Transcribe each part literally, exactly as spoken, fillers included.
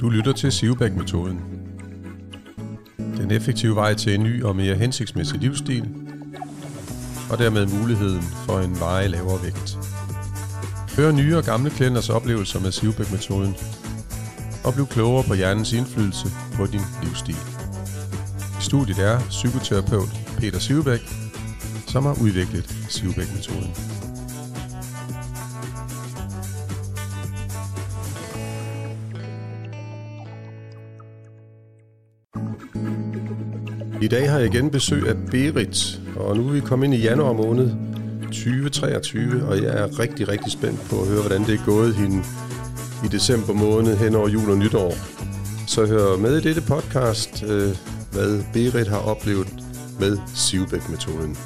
Du lytter til Sivebæk-metoden. Den effektive vej til en ny og mere hensigtsmæssig livsstil, og dermed muligheden for en varig lavere vægt. Hør nye og gamle klienters oplevelser med Sivebæk-metoden, og bliv klogere på hjernens indflydelse på din livsstil. I studiet er psykoterapeut Peter Sivebæk, som har udviklet Sivebæk-metoden. I dag har jeg igen besøg af Berit, og nu er vi kommet ind i januar måned tyve treogtyve, og jeg er rigtig, rigtig spændt på at høre, hvordan det er gået hende i december måned hen over jul og nytår. Så hør med i dette podcast, øh, hvad Berit har oplevet med Sivebæk-metoden.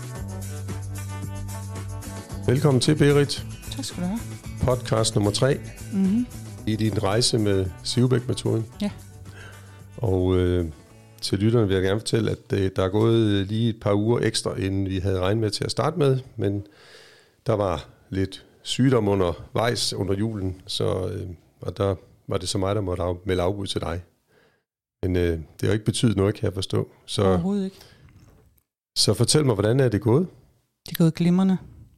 Velkommen til, Berit. Tak skal du have. Podcast nummer tre Mm-hmm. i din rejse med Sivebæk-metoden. Ja. Og øh, til lytterne vil jeg gerne fortælle, at øh, der er gået lige et par uger ekstra, end vi havde regnet med til at starte med, men der var lidt sygdom undervejs under julen, så, øh, og der var det så mig, der måtte af, melde afbud til dig. Men øh, det har jo ikke betydet noget, kan jeg forstå. Så, Overhovedet ikke. Så fortæl mig, hvordan er det gået? Det er gået glimrende.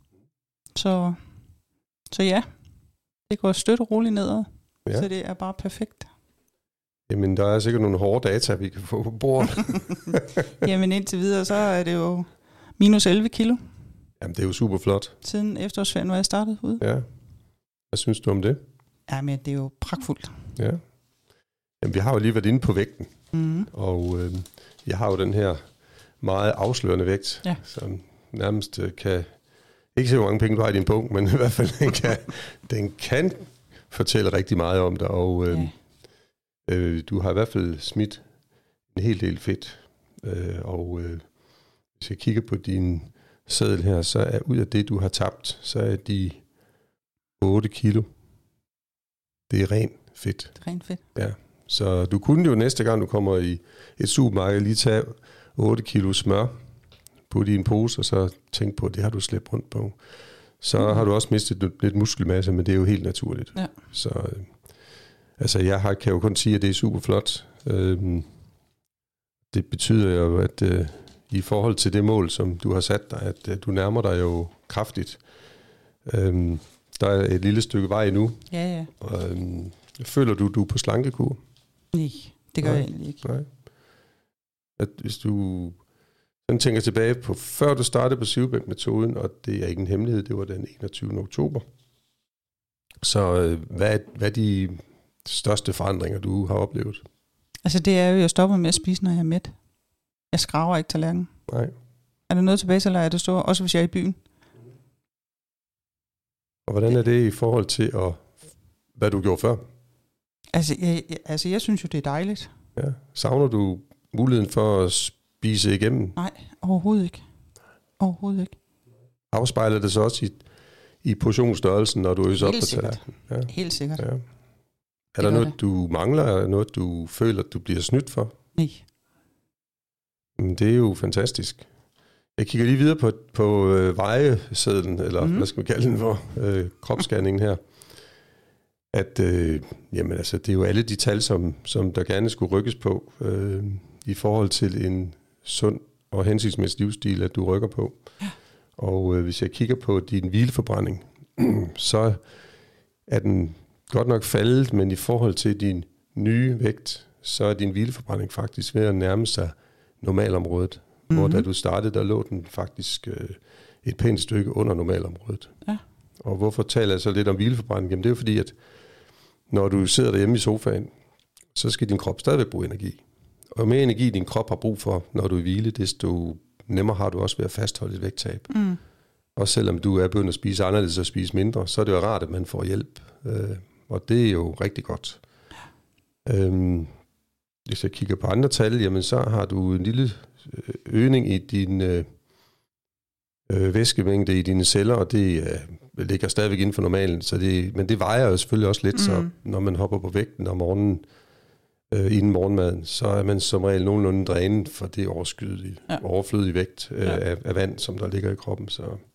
Så, så ja, det går støt og roligt nedad. Ja. Så det er bare perfekt. Jamen, der er sikkert nogle hårde data, vi kan få på bordet. Jamen, indtil videre, så er det jo minus elleve kilo. Jamen, det er jo super flot. Siden efterårsferien, hvor jeg startede ud. Ja. Hvad synes du om det? Jamen, det er jo pragtfuldt. Ja. Jamen, vi har jo lige været inde på vægten. Mm-hmm. Og øh, jeg har jo den her meget afslørende vægt, ja. som nærmest øh, kan... Ikke se, hvor mange penge du har i din punkt, men i hvert fald, den kan, den kan fortælle rigtig meget om dig. Og øh, ja. øh, du har i hvert fald smidt en hel del fedt. Øh, og øh, hvis jeg kigger på din seddel her, så er ud af det, du har tabt, så er de otte kilo. Det er ren fedt. Det er ren fedt. Ja. Så du kunne jo næste gang, du kommer i et supermarked, lige tage otte kilo smør, putte i en pose, og så tænke på, at det har du slæbt rundt på. Så mm. har du også mistet lidt muskelmasse, men det er jo helt naturligt. Ja. Så øh, altså, jeg har, kan jo kun sige, at det er super flot. Øhm, det betyder jo, at øh, i forhold til det mål, som du har sat dig, at øh, du nærmer dig jo kraftigt. Øhm, der er et lille stykke vej endnu. Ja, ja. Og, øhm, føler du, du er på slankekur? Nej, det gør Nej. jeg egentlig ikke. Nej. At hvis du sådan tænker tilbage på, før du startede på Sivebæk-metoden, og det er ikke en hemmelighed, det var den enogtyvende oktober. Så øh, hvad, er, hvad er de største forandringer, du har oplevet? Altså det er jo, at jeg stopper med at spise, når jeg er mæt. Jeg skraver ikke tallerken. Nej. Er der noget tilbage, så lader jeg det stå, også hvis jeg er i byen. Og hvordan er det i forhold til, at, hvad du gjorde før? Altså jeg, jeg, altså, jeg synes jo, det er dejligt. Ja. Savner du muligheden for at spise igennem? Nej, overhovedet ikke. Overhovedet ikke. Afspejler det så også i, i portionsstørrelsen, når du øser op på tallerkenen? Ja. Helt sikkert. Ja. Er der noget, det. du mangler? Er der noget, du føler, du bliver snydt for? Nej. Men det er jo fantastisk. Jeg kigger lige videre på, på øh, vejesedlen, eller mm. hvad skal man kalde den for, øh, kropsscanningen her. At øh, jamen, altså, det er jo alle de tal, som, som der gerne skulle rykkes på, øh, i forhold til en sund og hensigtsmæssig livsstil, at du rykker på. Ja. Og øh, hvis jeg kigger på din hvileforbrænding, så er den godt nok faldet, men i forhold til din nye vægt, så er din hvileforbrænding faktisk ved at nærme sig normalområdet. Mm-hmm. Hvor da du startede, der lå den faktisk øh, et pænt stykke under normalområdet. Ja. Og hvorfor taler jeg så lidt om hvileforbrænding? Jamen det er jo fordi, at når du sidder derhjemme i sofaen, så skal din krop stadigvæk bruge energi. Og mere energi, din krop har brug for, når du er i hvile, desto nemmere har du også ved at fastholde et vægttab. Mm. Og selvom du er begyndt at spise anderledes og spise mindre, så er det jo rart, at man får hjælp. Øh, og det er jo rigtig godt. Ja. Øhm, hvis jeg kigger på andre tal, jamen så har du en lille øgning i din øh, øh, væskemængde i dine celler, og det øh, ligger stadigvæk inden for normalen. Så det, men det vejer jo selvfølgelig også lidt, mm. så når man hopper på vægten om morgenen, øh, inden morgenmaden, så er man som regel nogenlunde drænet for det overskydelige, ja. overflødige vægt øh, ja. af, af vand, som der ligger i kroppen. Så.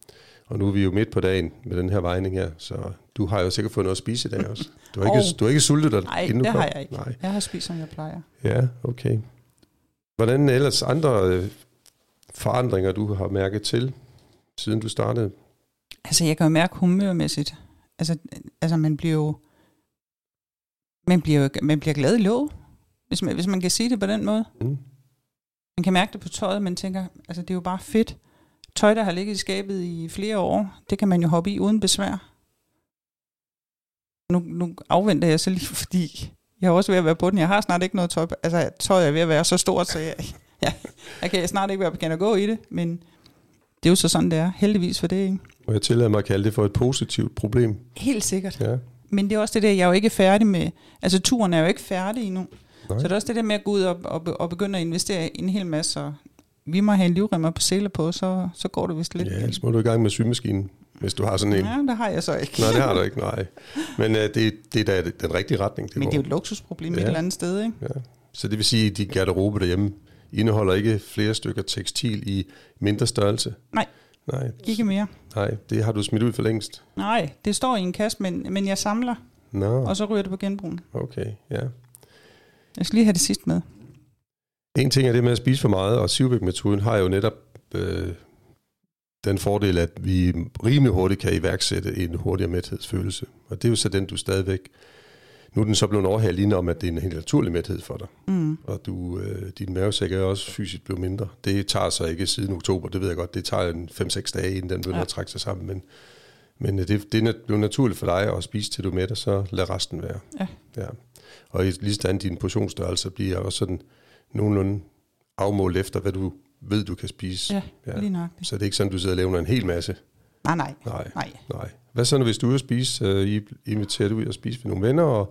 Og nu er vi jo midt på dagen med den her vejning her, så du har jo sikkert fået noget at spise i dag også. Du har ikke, oh. du har ikke sultet dig, nej, inden du det kom? har jeg ikke. Nej, jeg har spist, som jeg plejer. Ja, okay. Hvordan ellers andre øh, forandringer, du har mærket til, siden du startede? Altså, jeg kan jo mærke humørmæssigt. Altså, altså man bliver jo man bliver, jo, man bliver glad i låg, hvis man, hvis man kan sige det på den måde. Mm. Man kan mærke det på tøjet, man tænker, altså det er jo bare fedt. Tøj, der har ligget i skabet i flere år, det kan man jo hoppe i uden besvær. Nu, nu afventer jeg så lige, fordi jeg er også ved at være på den. Jeg har snart ikke noget tøj. Altså tøjet er ved at være så stort, så jeg, ja, jeg kan snart ikke være bekendt at gå i det, men det er jo så sådan, det er. Heldigvis for det, ikke? Og jeg tillader mig at kalde det for et positivt problem. Helt sikkert. Ja. Men det er også det der, jeg er jo ikke færdig med, altså turen er jo ikke færdig endnu. Nej. Så det er også det der med at gå ud og, og, og begynde at investere i en hel masse, og vi må have en livremmer på seler på, så, så går det vist lidt. Ja, ellers må du i gang med symaskinen, hvis du har sådan en. Ja, det har jeg så ikke. Nej, det har du ikke, nej. Men uh, det, det er da den rigtige retning. Det Men går. det er jo et luksusproblem ja. Et eller andet sted, ikke? Ja. Så det vil sige, at din garderobe derhjemme indeholder ikke flere stykker tekstil i mindre størrelse? Nej, nej. Ikke mere. Nej, det har du smidt ud for længst? Nej, det står i en kasse, men, men jeg samler, Nå. Og så ryger det på genbrugen. Okay, ja. Jeg skal lige have det sidste med. En ting er det med at spise for meget, og Sivbæk-metoden har jo netop øh, den fordel, at vi rimelig hurtigt kan iværksætte en hurtigere mæthedsfølelse. Og det er jo så den, du stadigvæk... Nu er den så blevet overhalet lige om, at det er en helt naturlig mæthed for dig. Mm. Og du, øh, din mavesæk er også fysisk blevet mindre. Det tager så ikke siden oktober, det ved jeg godt. Det tager en fem seks dage, inden den begynder ja. At trække sig sammen. Men, men det, det er blevet naturligt for dig at spise til du mætter, så lad resten være. Ja. Ja. Og i lige stand din portionsstørrelse bliver også sådan nogenlunde afmålt efter, hvad du ved, du kan spise. Ja, ja. Lige nok. Så det er ikke sådan, du sidder og laver en hel masse. Nej, nej. Nej, nej. nej. Hvad så, når hvis du er ude at spise? Uh, I inviterer du ud at spise med nogle venner, og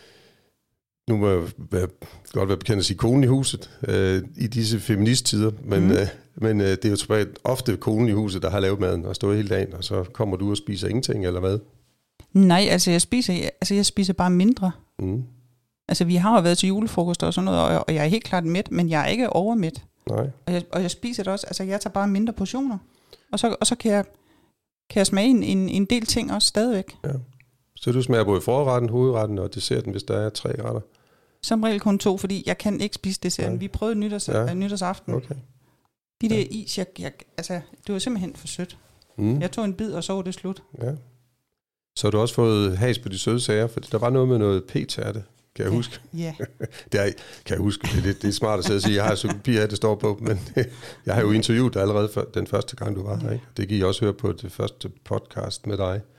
nu må jeg være, godt være bekendt at sige konen i huset uh, i disse feministtider, men, mm. uh, men uh, det er jo tilbage ofte konen i huset, der har lavet maden og stået hele dagen, og så kommer du og spiser ingenting, eller hvad? Nej, altså jeg spiser, altså jeg spiser bare mindre. Mm. Altså vi har jo været til julefrokost og sådan noget, og, og jeg er helt klart mæt, men jeg er ikke overmæt. Nej. Og jeg, og jeg spiser det også, altså jeg tager bare mindre portioner, og så, og så kan jeg kan jeg smage en, en, en del ting også stadigvæk. Ja. Så du smager både forretten, hovedretten og desserten, hvis der er tre retter? Som regel kun to, fordi jeg kan ikke spise desserten. Nej. Vi prøvede nytårs, ja. nytårsaften. Okay. De der ja. is, jeg, jeg, altså, det var simpelthen for sødt. Mm. Jeg tog en bid, og så var det slut. Ja. Så har du også fået has på de søde sager, for der var noget med noget p-tærte, kan jeg ja. huske. Ja. det er, kan jeg huske. Det, det, det er smart at sidde og sige, jeg har psykopi her, det står på, men jeg har jo interviewet dig allerede for, den første gang, du var her. Ikke? Det gik jeg også høre på det første podcast med dig.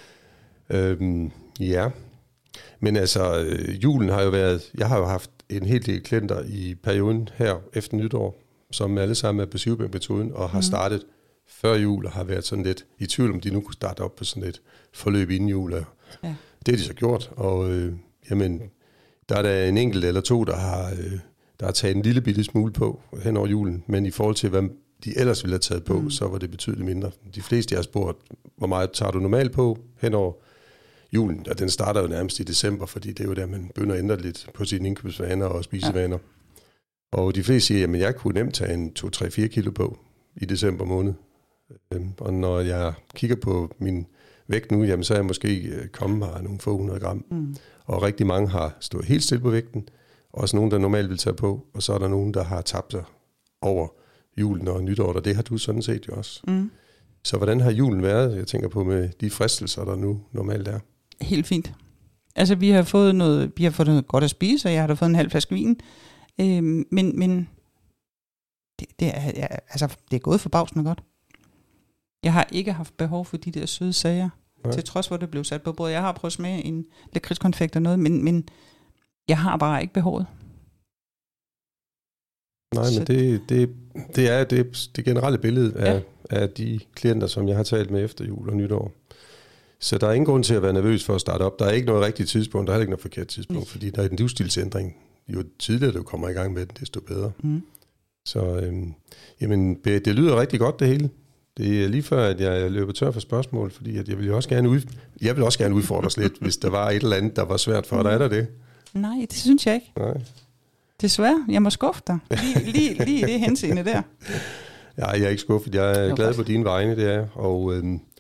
Øhm, ja. Men altså, øh, julen har jo været, jeg har jo haft en hel del klienter i perioden her efter nytår, som alle sammen er på Sivbæk-metoden og har mm. startet før jul og har været sådan lidt i tvivl, om de nu kunne starte op på sådan et forløb inden jul. Ja. Det har de så gjort, og øh, jamen, der er der en enkelt eller to, der har, øh, der har taget en lille bitte smule på hen over julen, men i forhold til, hvad de ellers ville have taget på, mm. så var det betydeligt mindre. De fleste, jeg har spurgt, hvor meget tager du normalt på hen over julen? Og den starter jo nærmest i december, fordi det er jo der, man begynder at ændre lidt på sine indkøbsvaner og spisevaner. Ja. Og de fleste siger, at jeg kunne nemt tage en to tre fire kilo på i december måned. Og når jeg kigger på min vægt nu, jamen, så er jeg måske kommet her nogle få hundrede gram. Mm. Og rigtig mange har stået helt stille på vægten. Også nogen, der normalt vil tage på. Og så er der nogen, der har tabt sig over julen og nytår. Og det har du sådan set jo også. Mm. Så hvordan har julen været, jeg tænker på, med de fristelser, der nu normalt er? Helt fint. Altså, vi har fået noget, vi har fået noget godt at spise, og jeg har da fået en halv flaske vin. Øhm, men men det, det, er, ja, altså, det er gået forbavsende godt. Jeg har ikke haft behov for de der søde sager, ja. Til trods hvor det blev sat på bordet. Jeg har prøvet at smage en lakridskonfekt og noget, men, men jeg har bare ikke behovet. Nej, så men det, det, det er det, det generelle billede af, ja. Af de klienter, som jeg har talt med efter jul og nytår. Så der er ingen grund til at være nervøs for at starte op. Der er ikke noget rigtigt tidspunkt, der er ikke noget forkert tidspunkt, mm. fordi der er en livsstilsændring. Jo tidligere du kommer i gang med den, desto bedre. Mm. Så øhm, jamen, det lyder rigtig godt det hele. Det er lige før, at jeg løber tør for spørgsmål, fordi at jeg vil også gerne ud, jeg vil også gerne udfordres lidt, hvis der var et eller andet, der var svært for dig. Er der det? Nej, det synes jeg ikke. Nej. Desværre, jeg må skuffe dig. Lige, lige, lige i det henseende der. Ja, jeg er ikke skuffet. Jeg er glad på dine vegne, det er. Og øhm,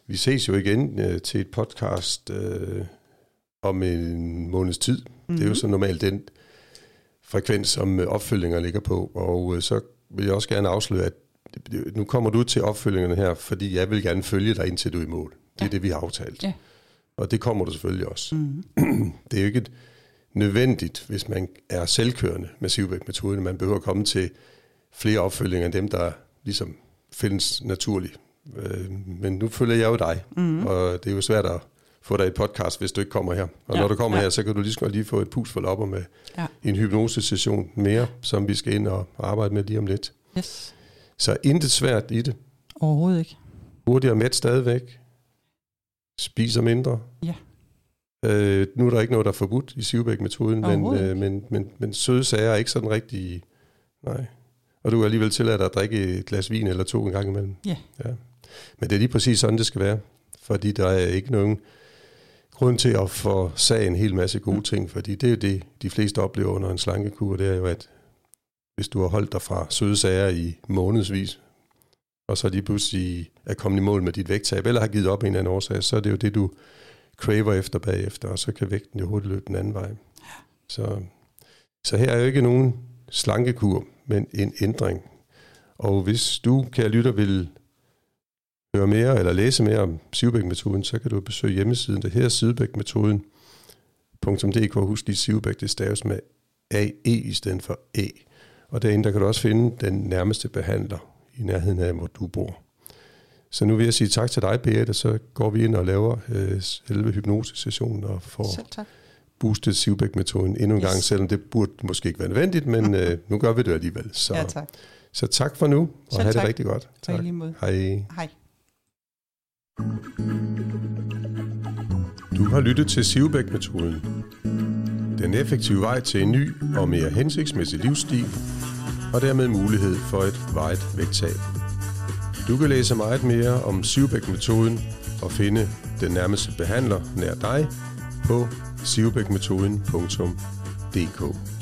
vi ses jo igen øh, til et podcast øh, om en måneds tid. Mm-hmm. Det er jo så normalt den frekvens, som opfølgninger ligger på. Og øh, så vil jeg også gerne afsløre, at nu kommer du til opfølgingerne her, fordi jeg vil gerne følge dig, indtil du er i mål. Det er ja. det, vi har aftalt. Ja. Og det kommer du selvfølgelig også. Mm-hmm. Det er jo ikke nødvendigt, hvis man er selvkørende med Sivebæk-metoden. Man behøver at komme til flere opfølginger end dem, der ligesom findes naturligt. Men nu følger jeg jo dig, mm-hmm. og det er jo svært at få dig et podcast, hvis du ikke kommer her. Og ja, når du kommer ja. her, så kan du lige, lige få et pus for lopper med ja. en hypnosesession mere, som vi skal ind og arbejde med lige om lidt. Yes. Så intet svært i det. Overhovedet ikke. Hurtigere mæt stadigvæk. Spiser mindre. Ja. Øh, nu er der ikke noget, der er forbudt i Sivebæk-metoden, men, øh, men, men, men søde sager er ikke sådan rigtig... Nej. Og du kan alligevel tillade dig at drikke et glas vin eller to en gang imellem. Ja. ja. Men det er lige præcis sådan, det skal være. Fordi der er ikke nogen grund til at få sagen en hel masse gode mm. ting. Fordi det er jo det, de fleste oplever under en slankekur. Det er jo, at hvis du har holdt dig fra søde sager i månedsvis, og så lige pludselig er kommet i mål med dit vægttab, eller har givet op en eller anden årsag, så er det jo det, du craver efter bagefter, og så kan vægten jo hurtigt løbe den anden vej. Så, så her er jo ikke nogen slankekur, men en ændring. Og hvis du, kære lytter, vil høre mere eller læse mere om Sivebæk-metoden, så kan du besøge hjemmesiden. Det her er sivebækmetoden punktum d k. Husk lige Sivebæk, det staves med A E i stedet for E. Og derinde, der kan du også finde den nærmeste behandler i nærheden af, hvor du bor. Så nu vil jeg sige tak til dig, Beate, så går vi ind og laver øh, selve hypnosesessionen og får boostet Sivebæk-metoden endnu en yes. gang, selvom det burde måske ikke være nødvendigt, men øh, nu gør vi det alligevel. Så, ja, tak. Så tak for nu, og Selv have tak. det rigtig godt. Tak. Hej. Hej. Du har lyttet til Sivebæk-metoden. Den effektive vej til en ny og mere hensigtsmæssig livsstil, og dermed mulighed for et varigt vægttab. Du kan læse meget mere om Sivebæk-metoden og finde den nærmeste behandler nær dig på sivebækmetoden punktum d k.